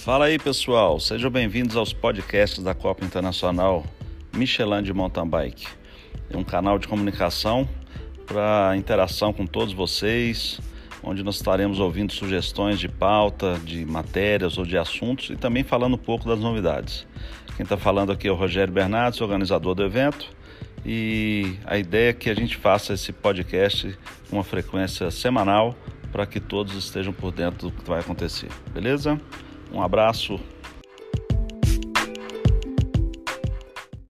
Fala aí, pessoal, sejam bem-vindos aos podcasts da Copa Internacional Michelin de Mountain Bike. É um canal de comunicação para interação com todos vocês, onde nós estaremos ouvindo sugestões de pauta, de matérias ou de assuntos e também falando um pouco das novidades. Quem está falando aqui é o Rogério Bernardes, organizador do evento, e a ideia é que a gente faça esse podcast com uma frequência semanal para que todos estejam por dentro do que vai acontecer, beleza? Um abraço.